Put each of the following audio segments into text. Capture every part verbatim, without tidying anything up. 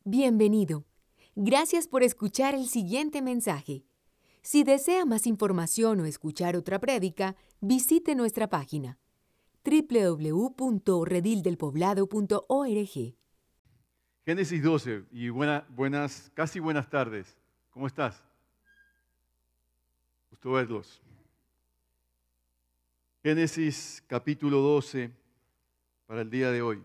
Bienvenido. Gracias por escuchar el siguiente mensaje. Si desea más información o escuchar otra prédica, visite nuestra página doble u doble u doble u punto redil del poblado punto org. Génesis doce, y buena- buenas, casi buenas tardes. ¿Cómo estás? Gusto verlos. Génesis capítulo doce para el día de hoy.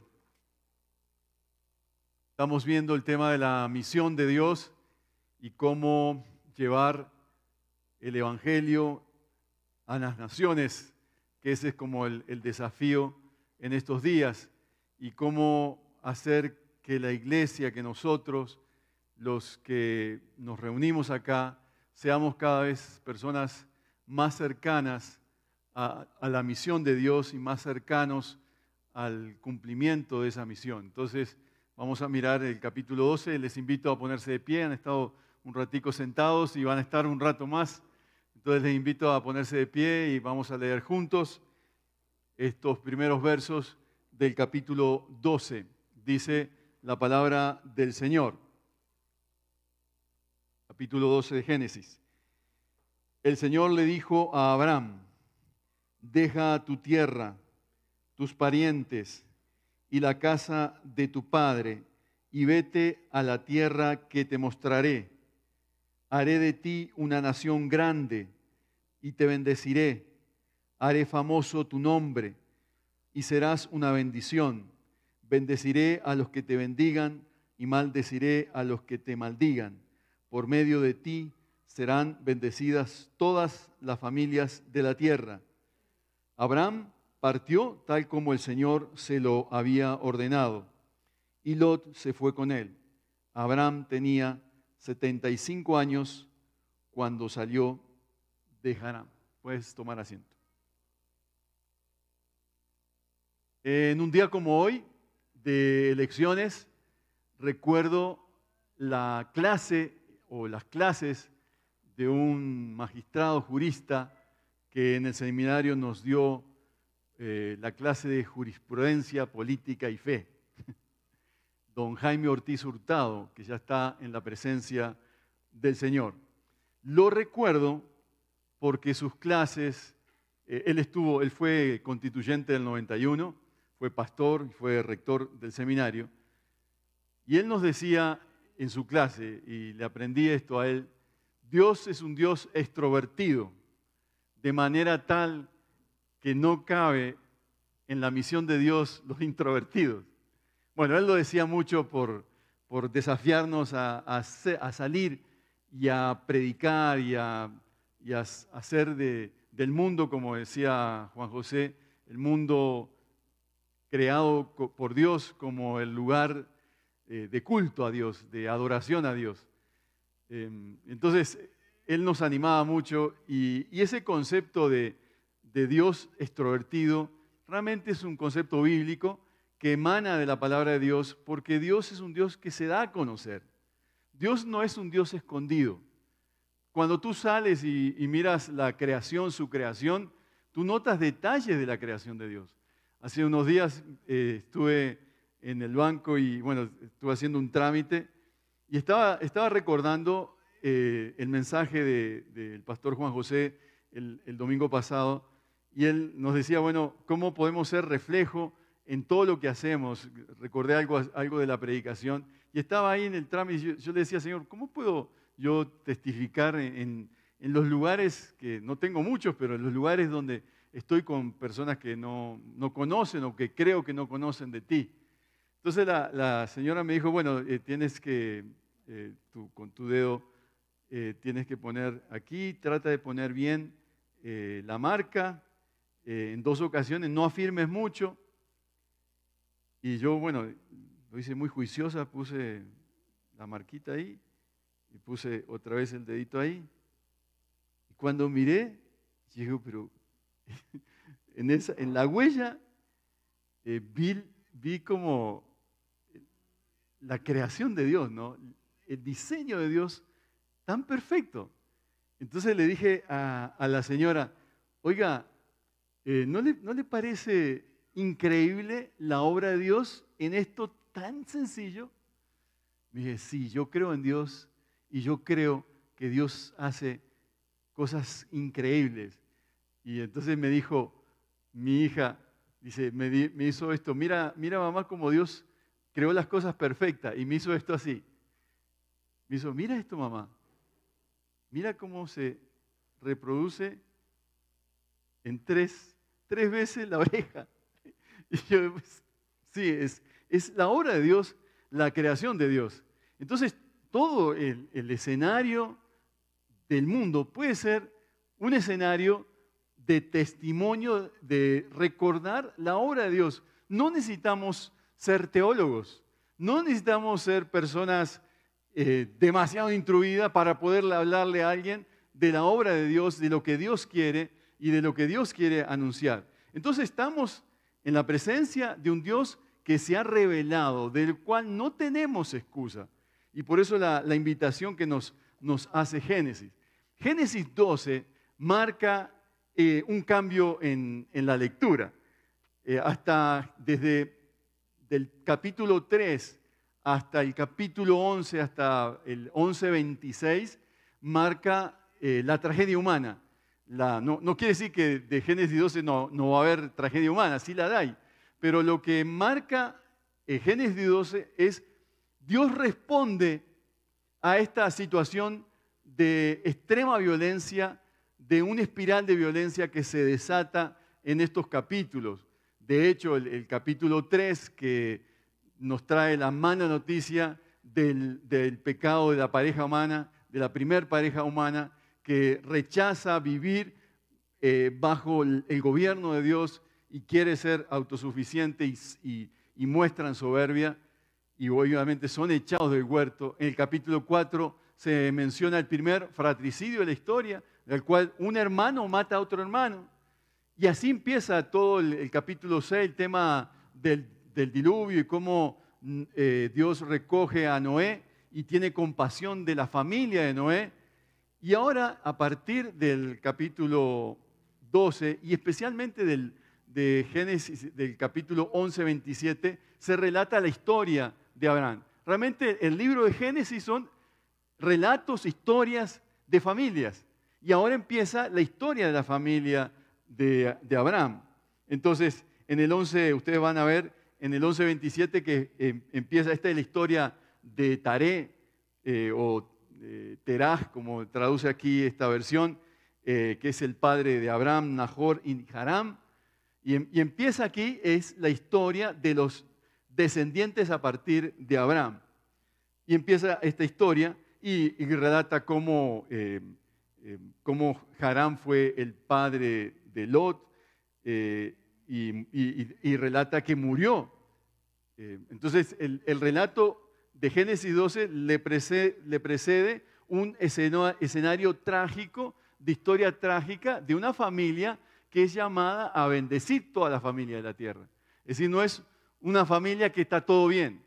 Estamos viendo el tema de la misión de Dios y cómo llevar el Evangelio a las naciones, que ese es como el, el desafío en estos días, y cómo hacer que la iglesia, que nosotros, los que nos reunimos acá, seamos cada vez personas más cercanas a, a la misión de Dios y más cercanos al cumplimiento de esa misión. Entonces, vamos a mirar el capítulo doce. Les invito a ponerse de pie. Han estado un ratico sentados y van a estar un rato más. Entonces les invito a ponerse de pie y vamos a leer juntos estos primeros versos del capítulo doce. Dice la palabra del Señor. Capítulo doce de Génesis. El Señor le dijo a Abraham: deja tu tierra, tus parientes y la casa de tu padre, y vete a la tierra que te mostraré. Haré de ti una nación grande, y te bendeciré. Haré famoso tu nombre, y serás una bendición. Bendeciré a los que te bendigan, y maldeciré a los que te maldigan. Por medio de ti serán bendecidas todas las familias de la tierra. Abraham partió tal como el Señor se lo había ordenado, y Lot se fue con él. Abraham tenía setenta y cinco años cuando salió de Harán. Puedes tomar asiento. En un día como hoy, de elecciones, recuerdo la clase o las clases de un magistrado jurista que en el seminario nos dio eh, la clase de jurisprudencia, política y fe. Don Jaime Ortiz Hurtado, que ya está en la presencia del Señor. Lo recuerdo porque sus clases, eh, él estuvo, él fue constituyente del noventa y uno, fue pastor y fue rector del seminario, y él nos decía en su clase, y le aprendí esto a él: Dios es un Dios extrovertido, de manera tal que no cabe en la misión de Dios los introvertidos. Bueno, él lo decía mucho por, por desafiarnos a, a, a salir y a predicar y a, y a hacer de, del mundo, como decía Juan José, el mundo creado por Dios como el lugar eh, de culto a Dios, de adoración a Dios. Eh, entonces, él nos animaba mucho y, y ese concepto de, de Dios extrovertido realmente es un concepto bíblico que emana de la palabra de Dios, porque Dios es un Dios que se da a conocer. Dios no es un Dios escondido. Cuando tú sales y, y miras la creación, su creación, tú notas detalles de la creación de Dios. Hace unos días eh, estuve en el banco y, bueno, estuve haciendo un trámite y estaba, estaba recordando eh, el mensaje de, del pastor Juan José el, el domingo pasado, y él nos decía, bueno, ¿cómo podemos ser reflejo en todo lo que hacemos? Recordé algo, algo de la predicación y estaba ahí en el trámite y yo, yo le decía, Señor, ¿cómo puedo yo testificar en, en los lugares que no tengo muchos, pero en los lugares donde estoy con personas que no, no conocen o que creo que no conocen de ti? Entonces la, la señora me dijo, bueno, eh, tienes que, eh, tú, con tu dedo, eh, tienes que poner aquí, trata de poner bien eh, la marca, eh, en dos ocasiones, no afirmes mucho. Y yo, bueno, lo hice muy juiciosa, puse la marquita ahí y puse otra vez el dedito ahí. Y cuando miré, dije, pero en, esa, en la huella eh, vi, vi como la creación de Dios, ¿no? El diseño de Dios tan perfecto. Entonces le dije a, a la señora, oiga, eh, ¿no, le, ¿no le parece increíble la obra de Dios en esto tan sencillo? Me dije, sí, yo creo en Dios y yo creo que Dios hace cosas increíbles. Y entonces me dijo, mi hija, dice, me, di, me hizo esto, mira, mira mamá cómo Dios creó las cosas perfectas y me hizo esto así. Me hizo, mira esto mamá, mira cómo se reproduce en tres, tres veces la oreja. Y yo, pues, sí, es, es la obra de Dios, la creación de Dios. Entonces, todo el, el escenario del mundo puede ser un escenario de testimonio, de recordar la obra de Dios. No necesitamos ser teólogos, no necesitamos ser personas eh, demasiado instruidas para poder hablarle a alguien de la obra de Dios, de lo que Dios quiere y de lo que Dios quiere anunciar. Entonces estamos en la presencia de un Dios que se ha revelado, del cual no tenemos excusa. Y por eso la, la invitación que nos, nos hace Génesis. Génesis doce marca eh, un cambio en, en la lectura. Eh, hasta desde el capítulo tres hasta el capítulo once, hasta el once veintiséis, marca eh, la tragedia humana. La, no, no quiere decir que de Génesis doce no, no va a haber tragedia humana, sí la hay. Pero lo que marca eh, Génesis doce es Dios responde a esta situación de extrema violencia, de una espiral de violencia que se desata en estos capítulos. De hecho, el, el capítulo tres, que nos trae la mala noticia del, del pecado de la pareja humana, de la primer pareja humana, que rechaza vivir eh, bajo el, el gobierno de Dios y quiere ser autosuficiente y, y, y muestran soberbia, y obviamente son echados del huerto. En el capítulo cuatro se menciona el primer fratricidio de la historia, del cual un hermano mata a otro hermano. Y así empieza todo el, el capítulo seis, el tema del, del diluvio y cómo eh, Dios recoge a Noé y tiene compasión de la familia de Noé. Y ahora, a partir del capítulo doce y especialmente del, de Génesis, del capítulo once veintisiete, se relata la historia de Abraham. Realmente el libro de Génesis son relatos, historias de familias. Y ahora empieza la historia de la familia de, de Abraham. Entonces, en el once, ustedes van a ver, en el once veintisiete que eh, empieza, esta es la historia de Taré, eh, o eh, Teraj, como traduce aquí esta versión, eh, que es el padre de Abraham, Nahor y Haram. Y, y empieza aquí, es la historia de los descendientes a partir de Abraham. Y empieza esta historia y, y relata cómo, eh, eh, cómo Haram fue el padre de Lot, eh, y, y, y relata que murió. Eh, entonces, el, el relato de Génesis doce le precede, le precede un escenario, escenario trágico, de historia trágica, de una familia que es llamada a bendecir toda la familia de la tierra. Es decir, no es una familia que está todo bien.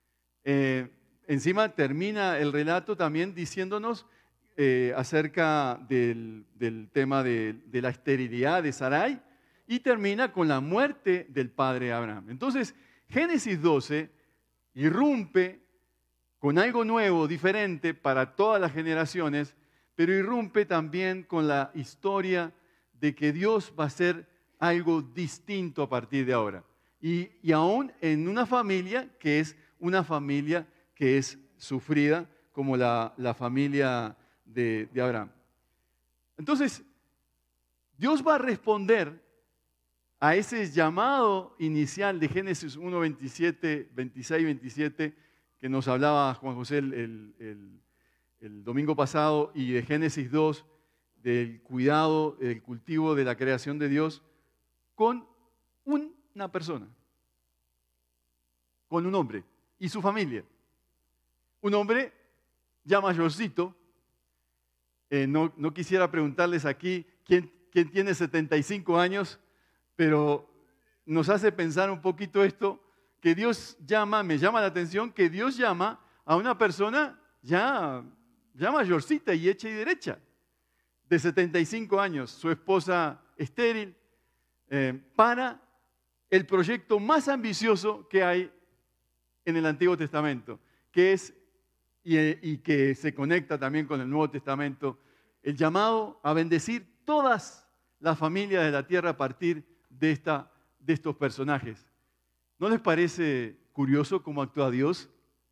Eh, encima termina el relato también diciéndonos eh, acerca del, del tema de, de la esterilidad de Sarai, y termina con la muerte del padre Abraham. Entonces, Génesis doce irrumpe con algo nuevo, diferente para todas las generaciones, pero irrumpe también con la historia de que Dios va a hacer algo distinto a partir de ahora. Y, y aún en una familia que es una familia que es sufrida, como la, la familia de, de Abraham. Entonces, Dios va a responder a ese llamado inicial de Génesis uno, veintisiete, veintiséis, veintisiete, que nos hablaba Juan José el, el, el, el domingo pasado, y de Génesis dos, del cuidado, del cultivo de la creación de Dios, con una persona, con un hombre y su familia. Un hombre ya mayorcito. Eh, no, no quisiera preguntarles aquí quién, quién tiene setenta y cinco años, pero nos hace pensar un poquito esto, que Dios llama, me llama la atención, que Dios llama a una persona ya, ya mayorcita y hecha y derecha, de setenta y cinco años, su esposa estéril, eh, para el proyecto más ambicioso que hay en el Antiguo Testamento, que es y, y que se conecta también con el Nuevo Testamento, el llamado a bendecir todas las familias de la tierra a partir de, esta, de estos personajes. ¿No les parece curioso cómo actúa Dios?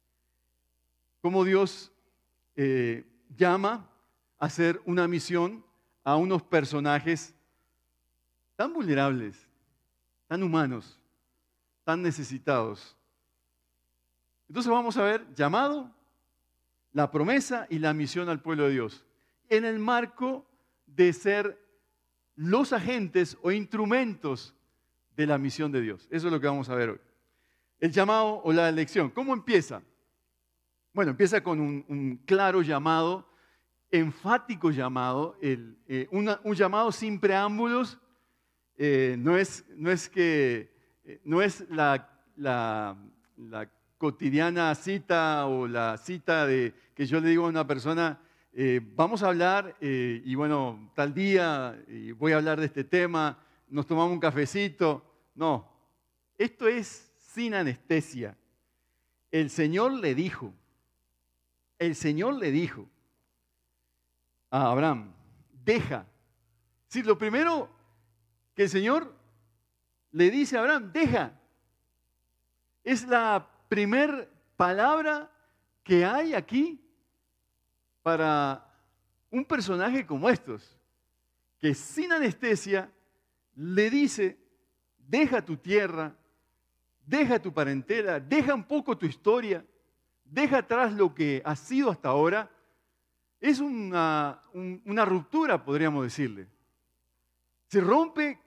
Cómo Dios eh, llama a hacer una misión a unos personajes tan vulnerables, tan humanos, tan necesitados. Entonces vamos a ver llamado, la promesa y la misión al pueblo de Dios, en el marco de ser los agentes o instrumentos de la misión de Dios. Eso es lo que vamos a ver hoy. El llamado o la elección. ¿Cómo empieza? Bueno, empieza con un, un claro llamado, enfático llamado, el, eh, una, un llamado sin preámbulos. Eh, no, es, no es que eh, no es la, la, la cotidiana cita o la cita de que yo le digo a una persona, eh, vamos a hablar eh, y bueno, tal día y voy a hablar de este tema, nos tomamos un cafecito. No, esto es sin anestesia. El Señor le dijo, el Señor le dijo a Abraham, deja. Sí, lo primero que el Señor le dice a Abraham, deja. Es la primer palabra que hay aquí para un personaje como estos, que sin anestesia le dice, deja tu tierra, deja tu parentela, deja un poco tu historia, deja atrás lo que has sido hasta ahora. Es una, un, una ruptura, podríamos decirle. Se rompe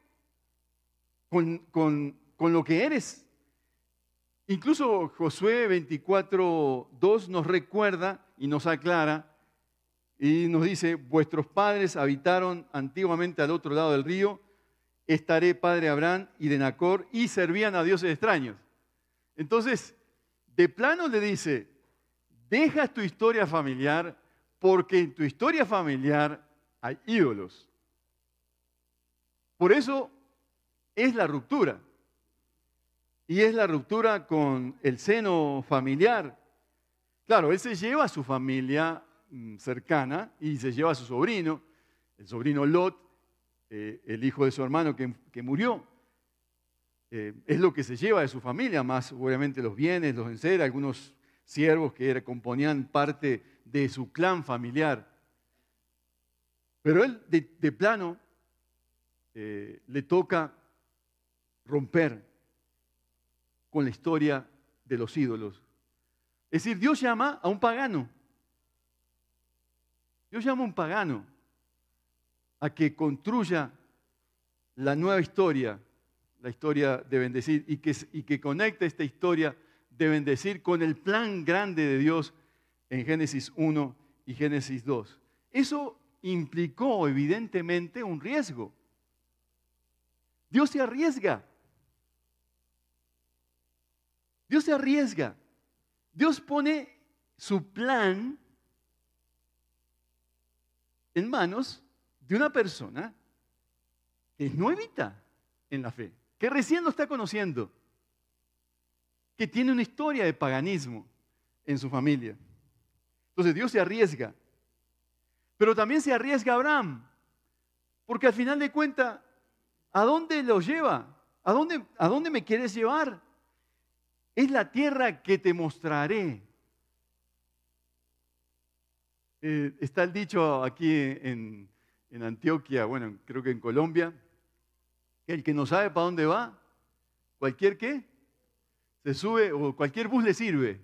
con, con, con lo que eres. Incluso Josué veinticuatro dos nos recuerda y nos aclara y nos dice, vuestros padres habitaron antiguamente al otro lado del río, estaré padre de Abraham y de Nacor, y servían a dioses extraños. Entonces, de plano le dice, deja tu historia familiar, porque en tu historia familiar hay ídolos. Por eso es la ruptura. Y es la ruptura con el seno familiar. Claro, él se lleva a su familia mmm, cercana y se lleva a su sobrino, el sobrino Lot, eh, el hijo de su hermano que, que murió. Eh, es lo que se lleva de su familia, más obviamente los bienes, los enseres, algunos siervos que era, componían parte de su clan familiar. Pero él de, de plano eh, le toca romper con la historia de los ídolos. Es decir, Dios llama a un pagano. Dios llama a un pagano a que construya la nueva historia, la historia de bendecir, y que, y que conecte esta historia de bendecir con el plan grande de Dios en Génesis uno y Génesis dos. Eso implicó evidentemente un riesgo. Dios se arriesga. Dios se arriesga. Dios pone su plan en manos de una persona que es nuevita en la fe, que recién lo está conociendo, que tiene una historia de paganismo en su familia. Entonces Dios se arriesga, pero también se arriesga a Abraham, porque al final de cuentas, ¿a dónde lo lleva? ¿A dónde, a dónde me quieres llevar? Es la tierra que te mostraré. Eh, está el dicho aquí en, en Antioquia, bueno, creo que en Colombia, que el que no sabe para dónde va, cualquier qué, se sube o cualquier bus le sirve.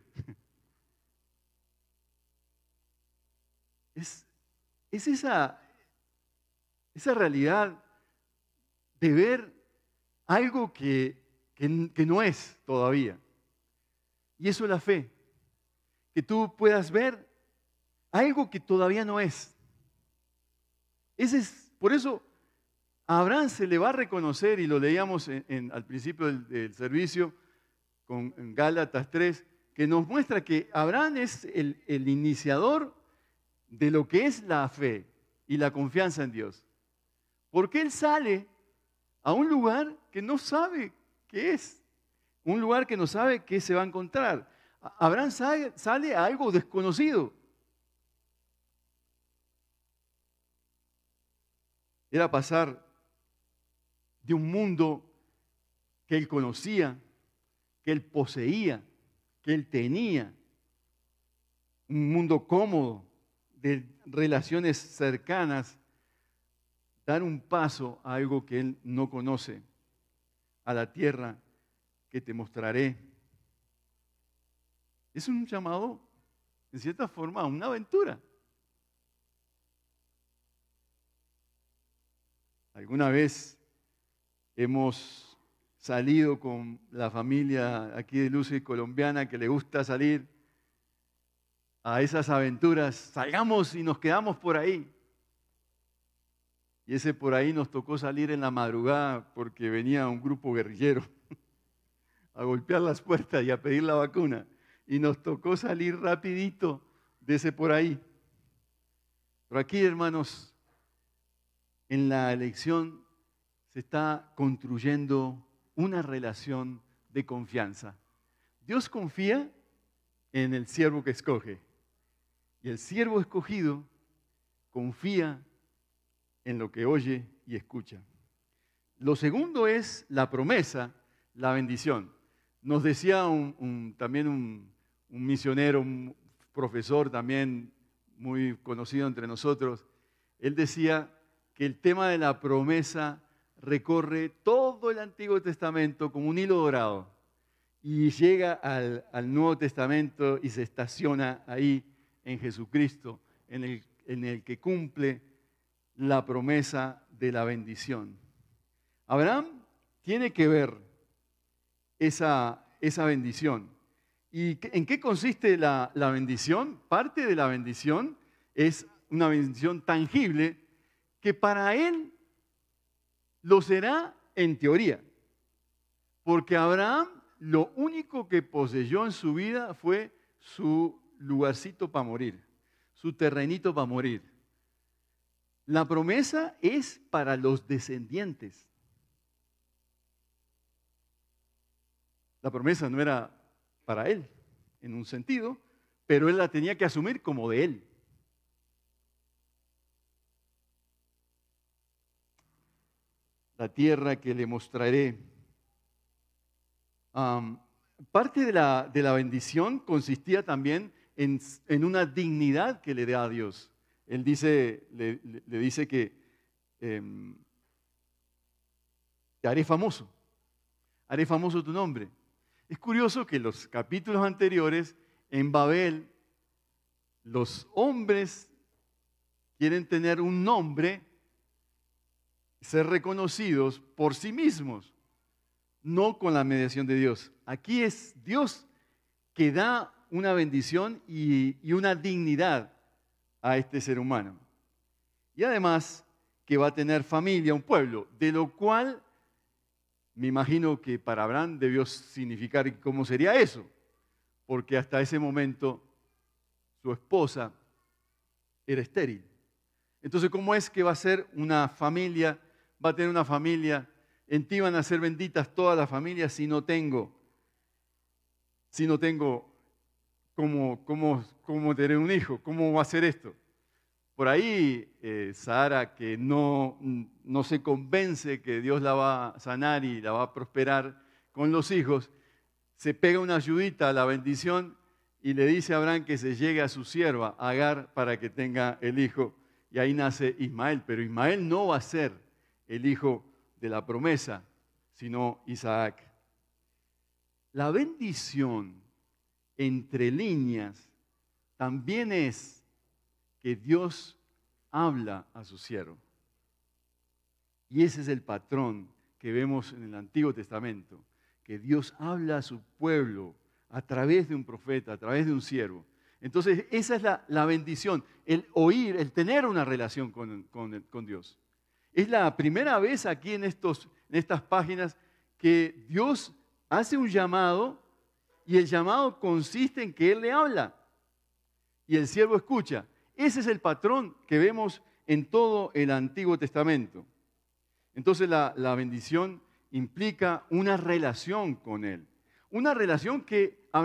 Es, es esa, esa realidad de ver algo que, que, que no es todavía. Y eso es la fe, que tú puedas ver algo que todavía no es. Ese es por eso a Abraham se le va a reconocer, y lo leíamos en, en, al principio del, del servicio, con en Gálatas tres, que nos muestra que Abraham es el, el iniciador de lo que es la fe y la confianza en Dios. Porque él sale a un lugar que no sabe qué es. Un lugar que no sabe qué se va a encontrar. Abraham sale, sale a algo desconocido. Era pasar de un mundo que él conocía, que él poseía, que él tenía, un mundo cómodo, de relaciones cercanas, dar un paso a algo que él no conoce, a la tierra que te mostraré. Es un llamado, en cierta forma, a una aventura. Alguna vez hemos salido con la familia aquí de Luces colombiana que le gusta salir a esas aventuras. Salgamos y nos quedamos por ahí. Y ese por ahí nos tocó salir en la madrugada porque venía un grupo guerrillero a golpear las puertas y a pedir la vacuna. Y nos tocó salir rapidito de ese por ahí. Pero aquí, hermanos, en la elección se está construyendo una relación de confianza. Dios confía en el siervo que escoge. Y el siervo escogido confía en lo que oye y escucha. Lo segundo es la promesa, la bendición. Nos decía un, un, también un, un misionero, un profesor también muy conocido entre nosotros, él decía que el tema de la promesa recorre todo el Antiguo Testamento como un hilo dorado y llega al, al Nuevo Testamento y se estaciona ahí en Jesucristo, en el, en el que cumple la promesa de la bendición. Abraham tiene que ver esa, esa bendición. ¿Y en qué consiste la, la bendición? Parte de la bendición es una bendición tangible que para él lo será en teoría. Porque Abraham lo único que poseyó en su vida fue su lugarcito para morir, su terrenito para morir. La promesa es para los descendientes. La promesa no era para él, en un sentido, pero él la tenía que asumir como de él. La tierra que le mostraré. Um, parte de la, de la bendición consistía también en, en una dignidad que le da a Dios. Él dice, le, le dice que eh, te haré famoso, haré famoso tu nombre. Es curioso que en los capítulos anteriores, en Babel, los hombres quieren tener un nombre, ser reconocidos por sí mismos, no con la mediación de Dios. Aquí es Dios que da una bendición y, y una dignidad a este ser humano. Y además que va a tener familia, un pueblo, de lo cual me imagino que para Abraham debió significar cómo sería eso, porque hasta ese momento su esposa era estéril. Entonces, ¿cómo es que va a ser una familia, va a tener una familia, en ti van a ser benditas todas las familias si no tengo, si no tengo ¿Cómo, cómo, cómo tener un hijo? ¿Cómo va a ser esto? Por ahí, eh, Sara, que no, no se convence que Dios la va a sanar y la va a prosperar con los hijos, se pega una ayudita a la bendición y le dice a Abraham que se llegue a su sierva, Agar, para que tenga el hijo. Y ahí nace Ismael, pero Ismael no va a ser el hijo de la promesa, sino Isaac. La bendición entre líneas también es que Dios habla a su siervo. Y ese es el patrón que vemos en el Antiguo Testamento, que Dios habla a su pueblo a través de un profeta, a través de un siervo. Entonces esa es la, la bendición, el oír, el tener una relación con, con, con Dios. Es la primera vez aquí en, estos, en estas páginas que Dios hace un llamado. Y el llamado consiste en que Él le habla y el siervo escucha. Ese es el patrón que vemos en todo el Antiguo Testamento. Entonces la, la bendición implica una relación con Él. Una relación que Abraham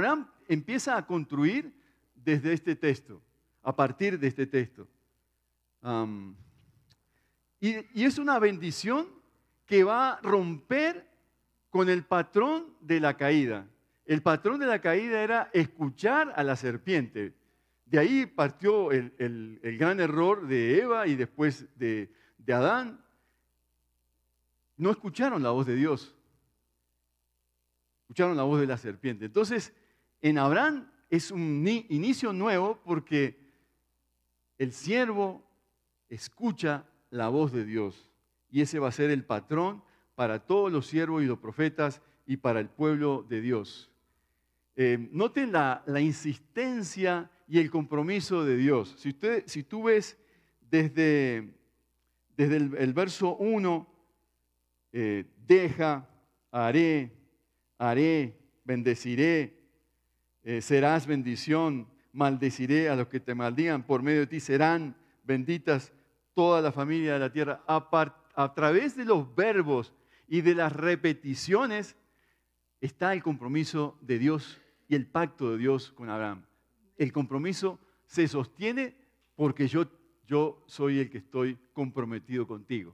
empieza a construir desde este texto, a partir de este texto. Um, y, y es una bendición que va a romper con el patrón de la caída. El patrón de la caída era escuchar a la serpiente. De ahí partió el, el, el gran error de Eva y después de, de Adán. No escucharon la voz de Dios. Escucharon la voz de la serpiente. Entonces, en Abraham es un inicio nuevo porque el siervo escucha la voz de Dios. Y ese va a ser el patrón para todos los siervos y los profetas y para el pueblo de Dios. Eh, noten la, la insistencia y el compromiso de Dios. Si, usted, si tú ves desde, desde el, el verso uno, eh, deja, haré, haré, bendeciré, eh, serás bendición, maldeciré a los que te maldigan, por medio de ti serán benditas toda la familia de la tierra. A, part, a través de los verbos y de las repeticiones está el compromiso de Dios y el pacto de Dios con Abraham. El compromiso se sostiene porque yo, yo soy el que estoy comprometido contigo.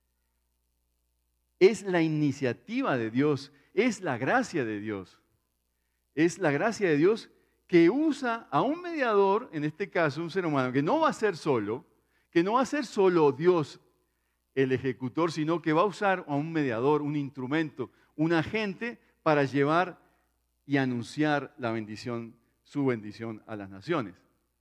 Es la iniciativa de Dios, es la gracia de Dios. Es la gracia de Dios que usa a un mediador, en este caso un ser humano, que no va a ser solo, que no va a ser solo Dios el ejecutor, sino que va a usar a un mediador, un instrumento, un agente para llevar y anunciar la bendición, su bendición a las naciones.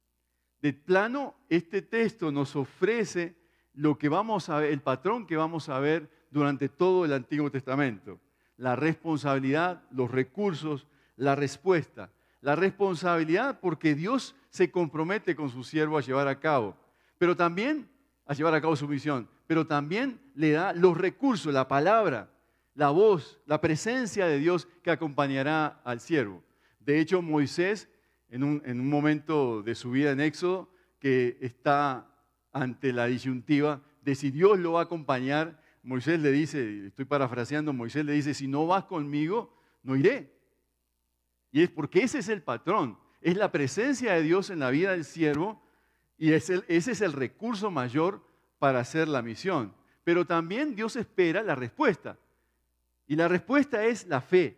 De plano, este texto nos ofrece lo que vamos a ver, el patrón que vamos a ver durante todo el Antiguo Testamento. La responsabilidad, los recursos, la respuesta. La responsabilidad porque Dios se compromete con su siervo a llevar a cabo, pero también a llevar a cabo su misión, pero también le da los recursos, la palabra, la voz, la presencia de Dios que acompañará al siervo. De hecho, Moisés, en un, en un momento de su vida en Éxodo, que está ante la disyuntiva de si Dios lo va a acompañar, Moisés le dice, estoy parafraseando, Moisés le dice, si no vas conmigo, no iré. Y es porque ese es el patrón, es la presencia de Dios en la vida del siervo y es el, ese es el recurso mayor para hacer la misión. Pero también Dios espera la respuesta. Y la respuesta es la fe.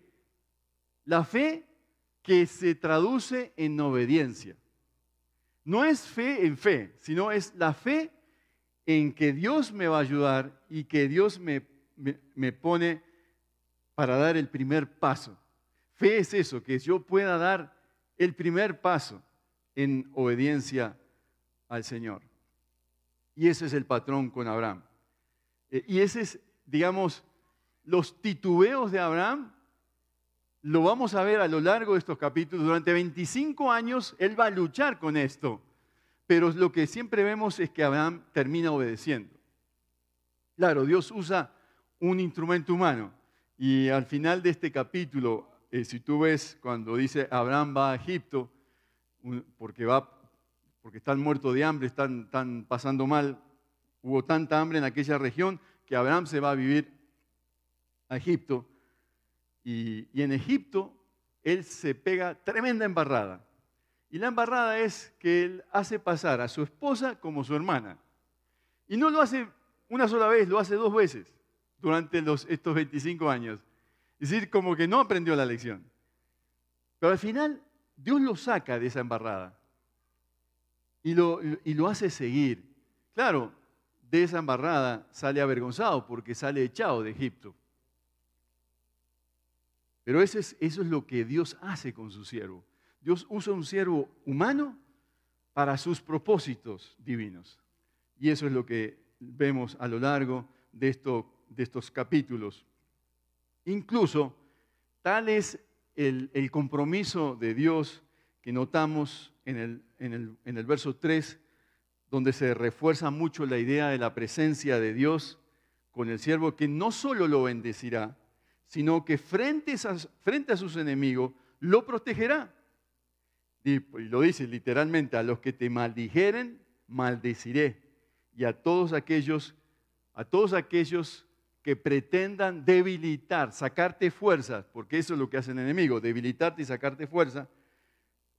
La fe que se traduce en obediencia. No es fe en fe, sino es la fe en que Dios me va a ayudar y que Dios me, me, me pone para dar el primer paso. Fe es eso, que yo pueda dar el primer paso en obediencia al Señor. Y ese es el patrón con Abraham. Eh, y ese es, digamos, los titubeos de Abraham, lo vamos a ver a lo largo de estos capítulos. Durante veinticinco años él va a luchar con esto, pero lo que siempre vemos es que Abraham termina obedeciendo. Claro, Dios usa un instrumento humano y al final de este capítulo, eh, si tú ves cuando dice Abraham va a Egipto, un, porque, va, porque están muertos de hambre, están, están pasando mal, hubo tanta hambre en aquella región que Abraham se va a vivir a Egipto. Y, y en Egipto él se pega tremenda embarrada. Y la embarrada es que él hace pasar a su esposa como su hermana. Y no lo hace una sola vez, lo hace dos veces durante los, estos veinticinco años. Es decir, como que no aprendió la lección. Pero al final Dios lo saca de esa embarrada y lo, y lo hace seguir. Claro, de esa embarrada sale avergonzado porque sale echado de Egipto. Pero eso es, eso es lo que Dios hace con su siervo. Dios usa un siervo humano para sus propósitos divinos. Y eso es lo que vemos a lo largo de, esto, de estos capítulos. Incluso, tal es el, el compromiso de Dios que notamos en el, en, el, en el verso tres, donde se refuerza mucho la idea de la presencia de Dios con el siervo, que no solo lo bendecirá, sino que frente a, frente a sus enemigos lo protegerá. Y lo dice literalmente, a los que te maldijeren, maldeciré. Y a todos aquellos, a todos aquellos que pretendan debilitar, sacarte fuerzas, porque eso es lo que hacen enemigos, debilitarte y sacarte fuerza,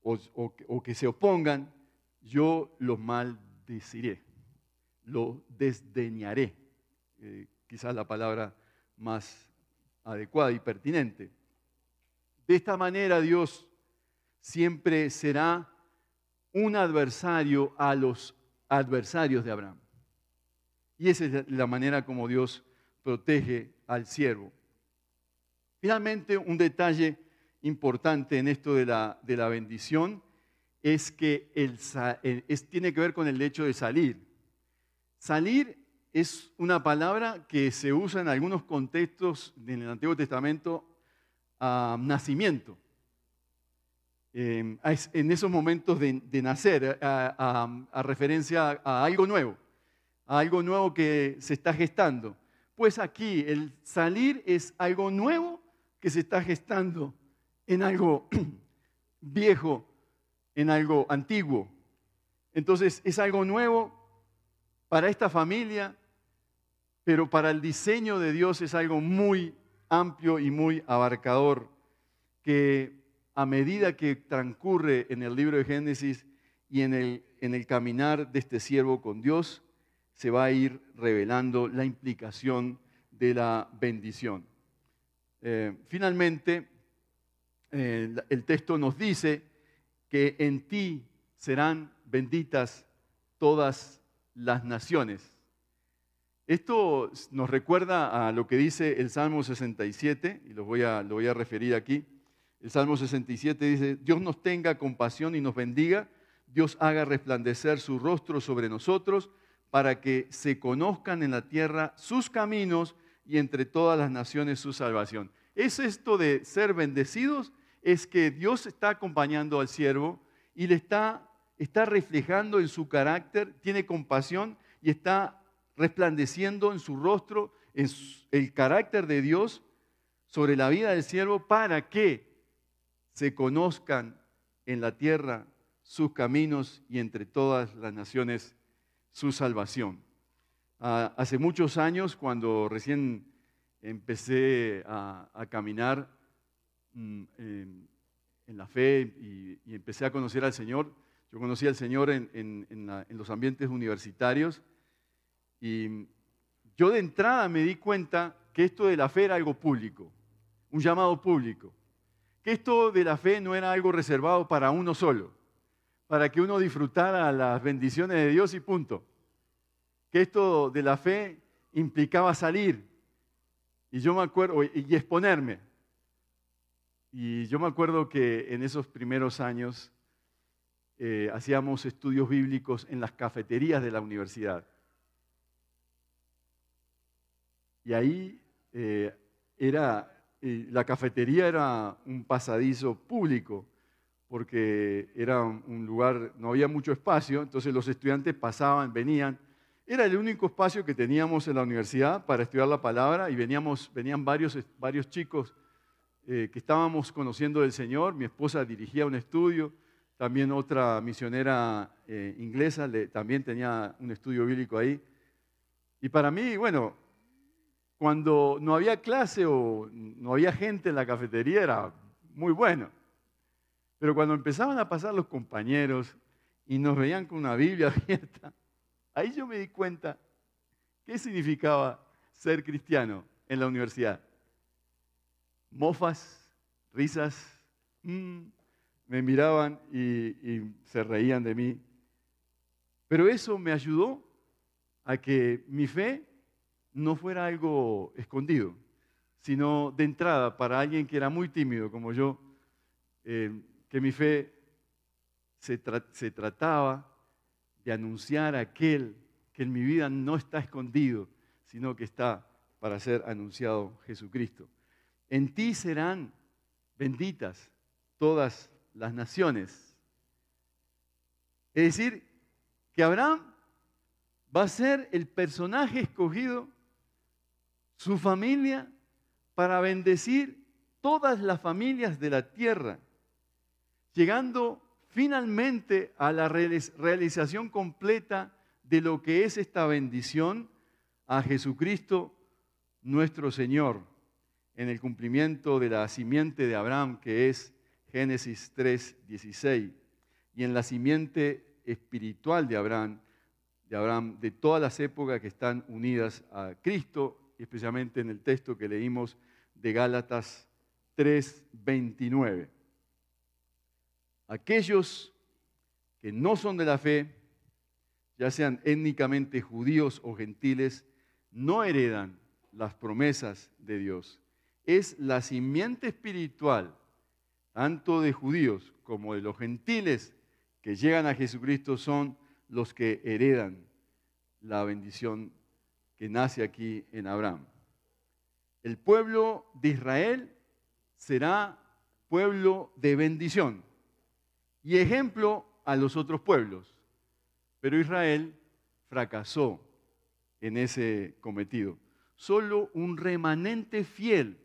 o, o, o que se opongan, yo los maldeciré, los desdeñaré. Eh, quizás la palabra más adecuada y pertinente. De esta manera Dios siempre será un adversario a los adversarios de Abraham. Y esa es la manera como Dios protege al siervo. Finalmente, un detalle importante en esto de la, de la bendición es que el, es, tiene que ver con el hecho de salir. Salir es una palabra que se usa en algunos contextos en el Antiguo Testamento a nacimiento. Eh, en esos momentos de, de nacer, a, a, a referencia a, a algo nuevo, a algo nuevo que se está gestando. Pues aquí el salir es algo nuevo que se está gestando en algo viejo, en algo antiguo. Entonces es algo nuevo para esta familia, pero para el diseño de Dios es algo muy amplio y muy abarcador, que a medida que transcurre en el libro de Génesis y en el, en el caminar de este siervo con Dios, se va a ir revelando la implicación de la bendición. Eh, finalmente, eh, el texto nos dice que en ti serán benditas todas las naciones. Esto nos recuerda a lo que dice el Salmo sesenta y siete, y lo voy a, lo voy a referir aquí. El Salmo sesenta y siete dice: Dios nos tenga compasión y nos bendiga, Dios haga resplandecer su rostro sobre nosotros, para que se conozcan en la tierra sus caminos y entre todas las naciones su salvación. Es esto de ser bendecidos, es que Dios está acompañando al siervo y le está, está reflejando en su carácter, tiene compasión y está resplandeciendo en su rostro en su, el carácter de Dios sobre la vida del siervo, para que se conozcan en la tierra sus caminos y entre todas las naciones su salvación. Uh, hace muchos años, cuando recién empecé a, a caminar mm, en, en la fe y, y empecé a conocer al Señor, yo conocí al Señor en, en, en, la, en los ambientes universitarios, y yo de entrada me di cuenta que esto de la fe era algo público, un llamado público, que esto de la fe no era algo reservado para uno solo, para que uno disfrutara las bendiciones de Dios y punto. Que esto de la fe implicaba salir, y yo me acuerdo, y exponerme. Y yo me acuerdo que en esos primeros años eh, hacíamos estudios bíblicos en las cafeterías de la universidad. Y ahí eh, era, eh, la cafetería era un pasadizo público, porque era un lugar, no había mucho espacio, entonces los estudiantes pasaban, venían. Era el único espacio que teníamos en la universidad para estudiar la palabra, y veníamos, venían varios, varios chicos eh, que estábamos conociendo del Señor. Mi esposa dirigía un estudio, también otra misionera eh, inglesa le, también tenía un estudio bíblico ahí. Y para mí, bueno, cuando no había clase o no había gente en la cafetería era muy bueno. Pero cuando empezaban a pasar los compañeros y nos veían con una Biblia abierta, ahí yo me di cuenta qué significaba ser cristiano en la universidad. Mofas, risas, mmm, me miraban y, y se reían de mí. Pero eso me ayudó a que mi fe no fuera algo escondido, sino de entrada para alguien que era muy tímido como yo, eh, que mi fe se, tra- se trataba de anunciar a aquel que en mi vida no está escondido, sino que está para ser anunciado Jesucristo. En ti serán benditas todas las naciones. Es decir, que Abraham va a ser el personaje escogido, su familia, para bendecir todas las familias de la tierra, llegando finalmente a la realización completa de lo que es esta bendición, a Jesucristo nuestro Señor, en el cumplimiento de la simiente de Abraham, que es Génesis tres, dieciséis, y en la simiente espiritual de Abraham, de Abraham, de todas las épocas que están unidas a Cristo, especialmente en el texto que leímos de Gálatas tres, veintinueve. Aquellos que no son de la fe, ya sean étnicamente judíos o gentiles, no heredan las promesas de Dios. Es la simiente espiritual, tanto de judíos como de los gentiles que llegan a Jesucristo, son los que heredan la bendición que nace aquí en Abraham. El pueblo de Israel será pueblo de bendición y ejemplo a los otros pueblos. Pero Israel fracasó en ese cometido. Solo un remanente fiel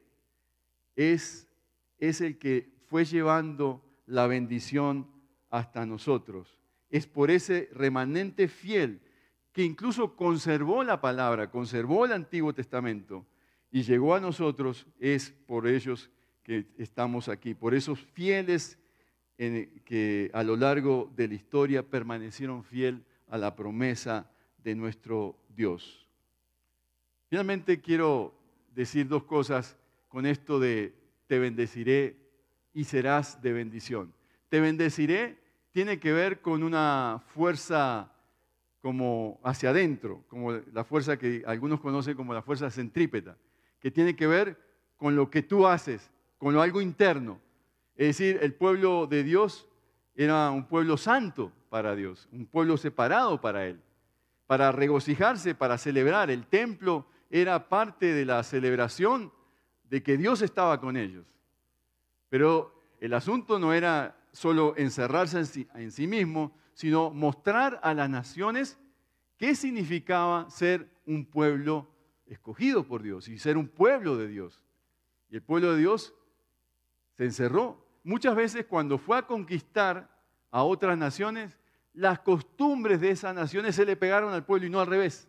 es, es el que fue llevando la bendición hasta nosotros. Es por ese remanente fiel que incluso conservó la palabra, conservó el Antiguo Testamento y llegó a nosotros, es por ellos que estamos aquí, por esos fieles en, que a lo largo de la historia permanecieron fiel a la promesa de nuestro Dios. Finalmente quiero decir dos cosas con esto de te bendeciré y serás de bendición. Te bendeciré tiene que ver con una fuerza como hacia adentro, como la fuerza que algunos conocen como la fuerza centrípeta, que tiene que ver con lo que tú haces, con lo algo interno. Es decir, el pueblo de Dios era un pueblo santo para Dios, un pueblo separado para Él, para regocijarse, para celebrar. El templo era parte de la celebración de que Dios estaba con ellos. Pero el asunto no era solo encerrarse en sí, en sí mismo, sino mostrar a las naciones qué significaba ser un pueblo escogido por Dios y ser un pueblo de Dios. Y el pueblo de Dios se encerró. Muchas veces cuando fue a conquistar a otras naciones, las costumbres de esas naciones se le pegaron al pueblo y no al revés.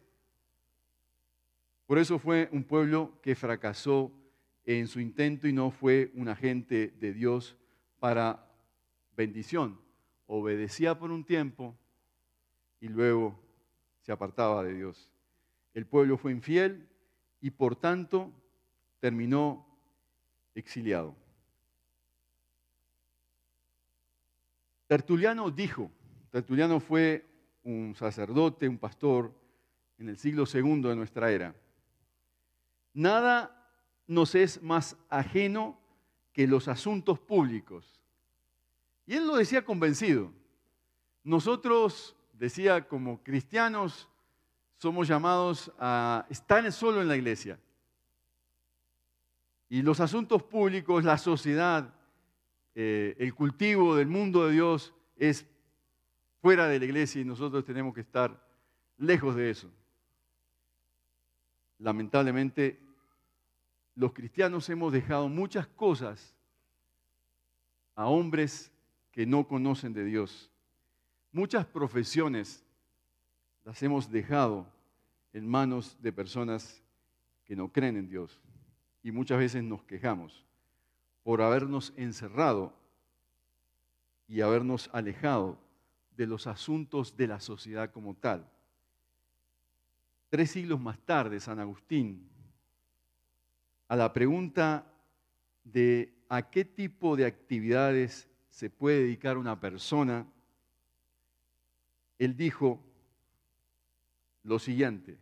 Por eso fue un pueblo que fracasó en su intento y no fue un agente de Dios para bendición. Obedecía por un tiempo y luego se apartaba de Dios. El pueblo fue infiel y por tanto terminó exiliado. Tertuliano dijo, Tertuliano fue un sacerdote, un pastor en el siglo segundo de nuestra era. Nada nos es más ajeno que los asuntos públicos. Y él lo decía convencido. Nosotros, decía, como cristianos, somos llamados a estar solo en la iglesia. Y los asuntos públicos, la sociedad, eh, el cultivo del mundo de Dios es fuera de la iglesia y nosotros tenemos que estar lejos de eso. Lamentablemente, los cristianos hemos dejado muchas cosas a hombres que no conocen de Dios. Muchas profesiones las hemos dejado en manos de personas que no creen en Dios. Y muchas veces nos quejamos por habernos encerrado y habernos alejado de los asuntos de la sociedad como tal. Tres siglos más tarde, San Agustín, a la pregunta de a qué tipo de actividades se puede dedicar una persona, él dijo lo siguiente: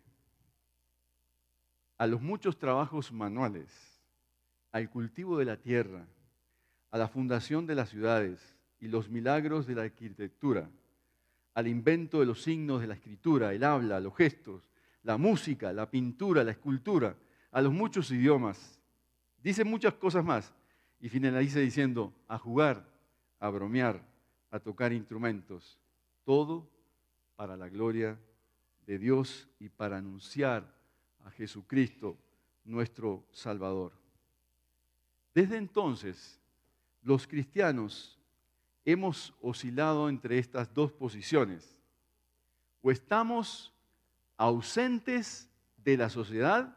a los muchos trabajos manuales, al cultivo de la tierra, a la fundación de las ciudades y los milagros de la arquitectura, al invento de los signos de la escritura, el habla, los gestos, la música, la pintura, la escultura, a los muchos idiomas. Dice muchas cosas más y finaliza diciendo a jugar, a bromear, a tocar instrumentos, todo para la gloria de Dios y para anunciar a Jesucristo, nuestro Salvador. Desde entonces, los cristianos hemos oscilado entre estas dos posiciones. O estamos ausentes de la sociedad,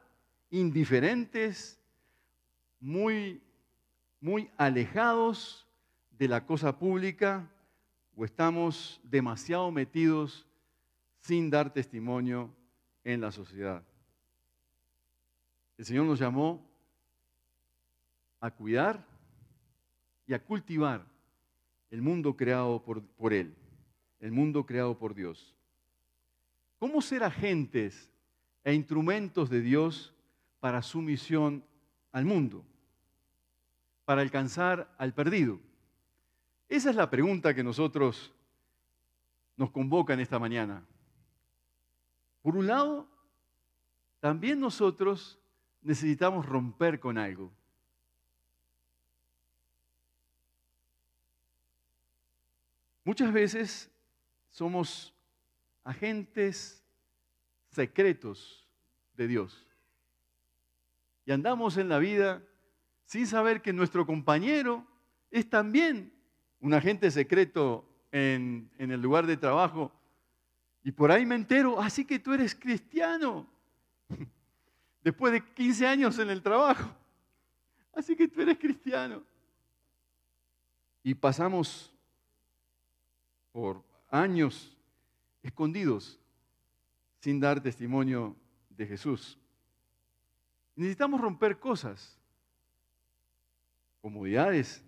indiferentes, muy, muy alejados de la cosa pública o estamos demasiado metidos sin dar testimonio en la sociedad. El Señor nos llamó a cuidar y a cultivar el mundo creado por, por Él, el mundo creado por Dios. ¿Cómo ser agentes e instrumentos de Dios para su misión al mundo? Para alcanzar al perdido. Esa es la pregunta que nosotros nos convoca en esta mañana. Por un lado, también nosotros necesitamos romper con algo. Muchas veces somos agentes secretos de Dios y andamos en la vida sin saber que nuestro compañero es también un agente secreto en, en el lugar de trabajo. Y por ahí me entero, así que tú eres cristiano. Después de quince años en el trabajo. Así que tú eres cristiano. Y pasamos por años escondidos sin dar testimonio de Jesús. Necesitamos romper cosas, comodidades.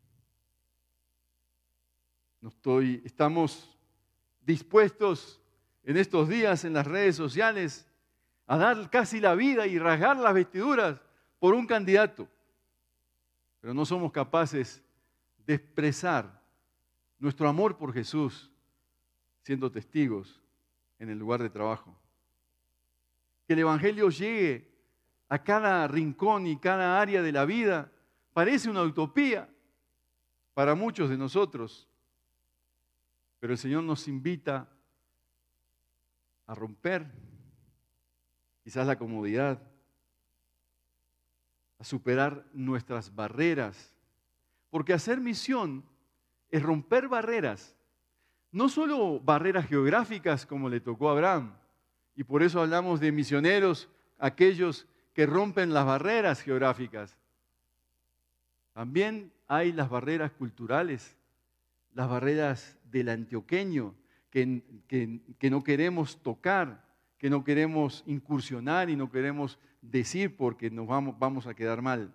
No estoy, estamos dispuestos en estos días en las redes sociales a dar casi la vida y rasgar las vestiduras por un candidato, pero no somos capaces de expresar nuestro amor por Jesús siendo testigos en el lugar de trabajo. Que el Evangelio llegue a cada rincón y cada área de la vida parece una utopía para muchos de nosotros, pero el Señor nos invita a romper quizás la comodidad, a superar nuestras barreras, porque hacer misión es romper barreras, no solo barreras geográficas como le tocó a Abraham, y por eso hablamos de misioneros, aquellos que rompen las barreras geográficas. También hay las barreras culturales, las barreras del antioqueño, que, que, que no queremos tocar, que no queremos incursionar y no queremos decir porque nos vamos, vamos a quedar mal.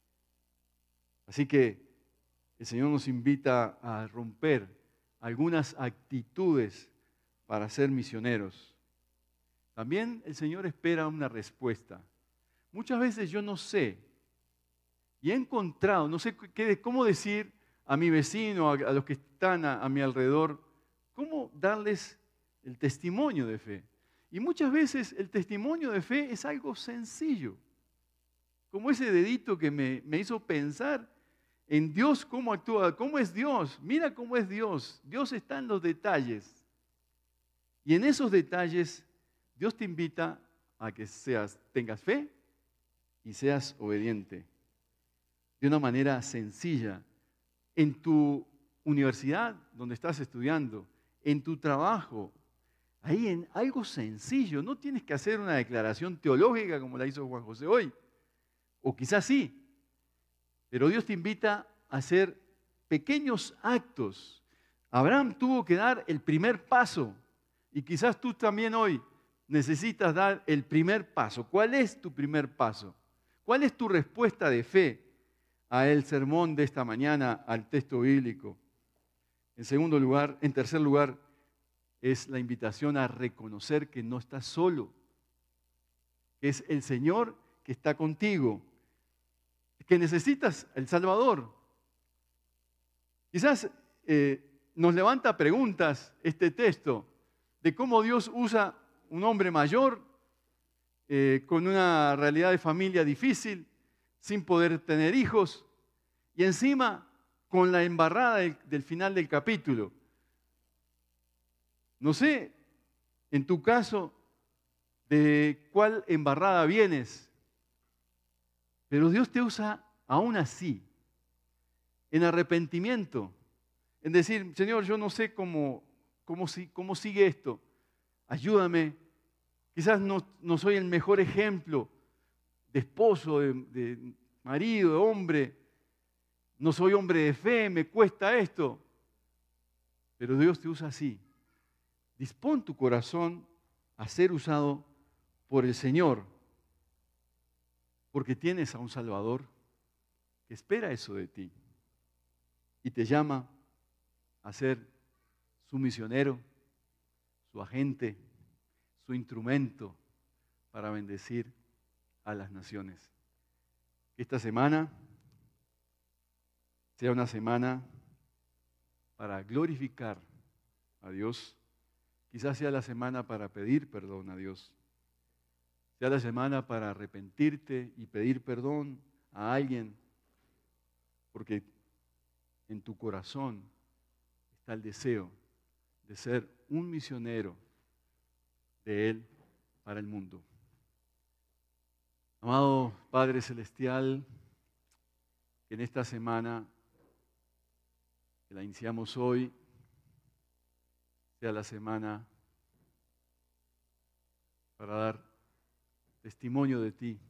Así que el Señor nos invita a romper algunas actitudes para ser misioneros. También el Señor espera una respuesta. Muchas veces yo no sé y he encontrado, no sé qué, cómo decir a mi vecino, a, a los que están a, a mi alrededor, cómo darles el testimonio de fe. Y muchas veces el testimonio de fe es algo sencillo, como ese dedito que me, me hizo pensar en Dios, cómo actúa, cómo es Dios. Mira cómo es Dios. Dios está en los detalles. Y en esos detalles, Dios te invita a que seas, tengas fe y seas obediente. De una manera sencilla. En tu universidad, donde estás estudiando, en tu trabajo, ahí en algo sencillo. No tienes que hacer una declaración teológica como la hizo Juan José hoy. O quizás sí. Pero Dios te invita a hacer pequeños actos. Abraham tuvo que dar el primer paso. Y quizás tú también hoy necesitas dar el primer paso. ¿Cuál es tu primer paso? ¿Cuál es tu respuesta de fe al sermón de esta mañana, al texto bíblico? En segundo lugar, en tercer lugar, es la invitación a reconocer que no estás solo. Que es el Señor que está contigo. Que necesitas el Salvador. Quizás eh, nos levanta preguntas este texto de cómo Dios usa un hombre mayor eh, con una realidad de familia difícil, sin poder tener hijos, y encima con la embarrada del, del final del capítulo. No sé, en tu caso, de cuál embarrada vienes, pero Dios te usa aún así, en arrepentimiento, en decir, Señor, yo no sé cómo, cómo, cómo sigue esto, ayúdame. Quizás no, no soy el mejor ejemplo de esposo, de, de marido, de hombre, no soy hombre de fe, me cuesta esto. Pero Dios te usa así. Dispón tu corazón a ser usado por el Señor, porque tienes a un Salvador que espera eso de ti y te llama a ser su misionero, su agente, su instrumento para bendecir a las naciones. Que esta semana sea una semana para glorificar a Dios. Quizás sea la semana para pedir perdón a Dios. Sea la semana para arrepentirte y pedir perdón a alguien, porque en tu corazón está el deseo de ser un misionero de Él para el mundo. Amado Padre Celestial, que en esta semana que la iniciamos hoy sea la semana para dar testimonio de ti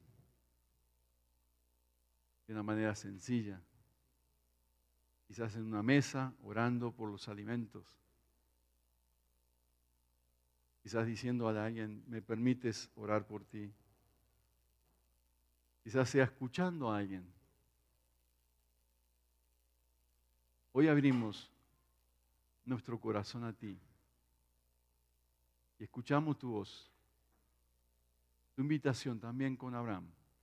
de una manera sencilla, quizás en una mesa orando por los alimentos, quizás diciendo a alguien, ¿me permites orar por ti? Quizás sea escuchando a alguien. Hoy abrimos nuestro corazón a ti y escuchamos tu voz, tu invitación también con Abraham,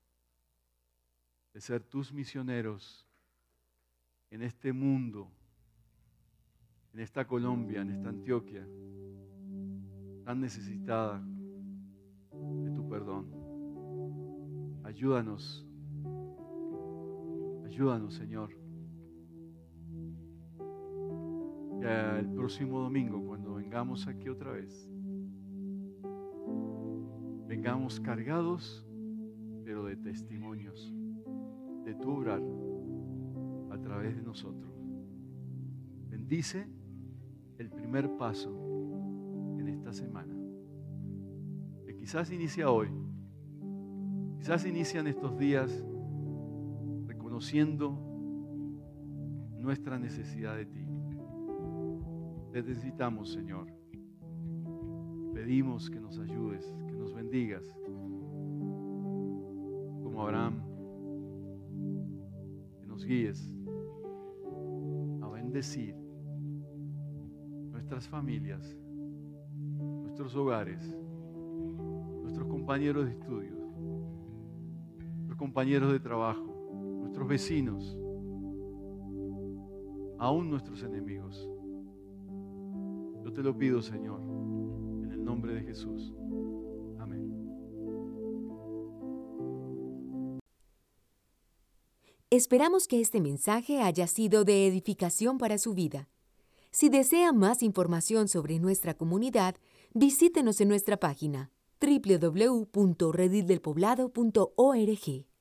de ser tus misioneros en este mundo, en esta Colombia, en esta Antioquia, tan necesitada de tu perdón. Ayúdanos, ayúdanos, Señor. Que el próximo domingo, cuando vengamos aquí otra vez, vengamos cargados, pero de testimonios de tu obrar a través de nosotros. Bendice el primer paso en esta semana, que quizás inicia hoy, quizás inician estos días reconociendo nuestra necesidad de ti. Te necesitamos, Señor. Pedimos que nos ayudes, que nos bendigas, como Abraham, que nos guíes a bendecir nuestras familias, nuestros hogares, nuestros compañeros de estudios, nuestros compañeros de trabajo, nuestros vecinos, aún nuestros enemigos. Yo te lo pido, Señor, en el nombre de Jesús. Amén. Esperamos que este mensaje haya sido de edificación para su vida. Si desea más información sobre nuestra comunidad, visítenos en nuestra página doble u doble u doble u punto redil del poblado punto org.